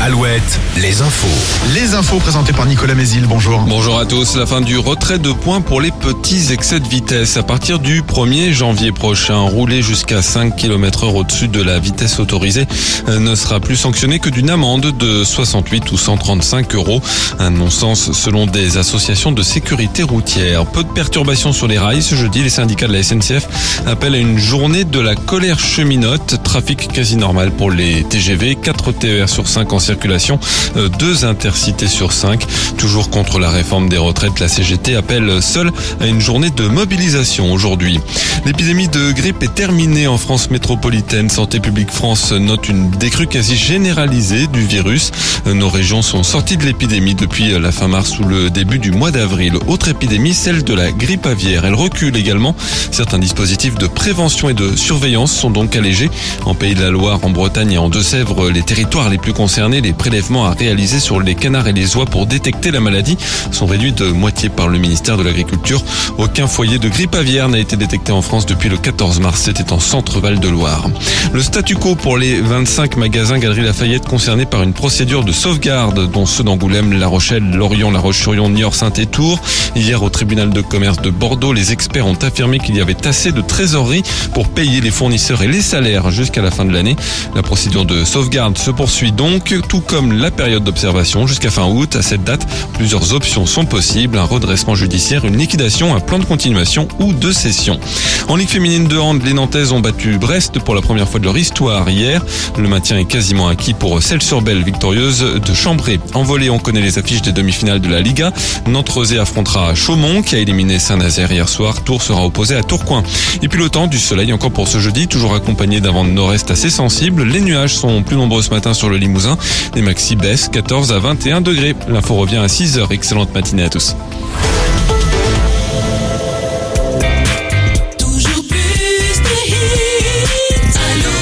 Alouette, les infos. Les infos présentées par Nicolas Mézil, bonjour. Bonjour à tous. La fin du retrait de points pour les petits excès de vitesse. À partir du 1er janvier prochain, rouler jusqu'à 5 km/h au-dessus de la vitesse autorisée ne sera plus sanctionné que d'une amende de 68 ou 135 €. Un non-sens selon des associations de sécurité routière. Peu de perturbations sur les rails. Ce jeudi, les syndicats de la SNCF appellent à une journée de la colère cheminote. Trafic quasi normal pour les TGV, 4 TER sur 5 en circulation, 2 intercités sur 5. Toujours contre la réforme des retraites, la CGT appelle seule à une journée de mobilisation aujourd'hui. L'épidémie de grippe est terminée en France métropolitaine. Santé publique France note une décrue quasi généralisée du virus. Nos régions sont sorties de l'épidémie depuis la fin mars ou le début du mois d'avril. Autre épidémie, celle de la grippe aviaire. Elle recule également. Certains dispositifs de prévention et de surveillance sont donc allégés. En Pays de la Loire, en Bretagne et en Deux-Sèvres, les territoires les plus concernés, les prélèvements à réaliser sur les canards et les oies pour détecter la maladie sont réduits de moitié par le ministère de l'Agriculture. Aucun foyer de grippe aviaire n'a été détecté en France depuis le 14 mars. C'était en Centre-Val de Loire. Le statu quo pour les 25 magasins Galeries Lafayette concernés par une procédure de sauvegarde, dont ceux d'Angoulême, La Rochelle, Lorient, La Roche-sur-Yon, Niort, Saint et Tours. Hier, au tribunal de commerce de Bordeaux, les experts ont affirmé qu'il y avait assez de trésorerie pour payer les fournisseurs et les salaires jusqu'à la fin de l'année. La procédure de sauvegarde se poursuit donc, tout comme la période d'observation jusqu'à fin août. À cette date, plusieurs options sont possibles: un redressement judiciaire, une liquidation, un plan de continuation ou de cession. En Ligue féminine de hand, les Nantaises ont battu Brest pour la première fois de leur histoire hier. Le maintien est quasiment acquis pour Celles-sur-Belle, victorieuse de Chambray. En volley, on connaît les affiches des demi-finales de la Liga. Nantes-Rezé affrontera Chaumont, qui a éliminé Saint-Nazaire hier soir. Tours sera opposé à Tourcoing. Et puis le temps, du soleil encore pour ce jeudi, toujours accompagné d'un vent de nord-est assez sensible. Les nuages sont plus nombreux ce matin sur le Limousin. Les maxi baissent 14 à 21 degrés. L'info revient à 6h. Excellente matinée à tous.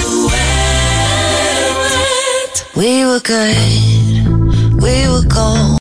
We were good, we were gold.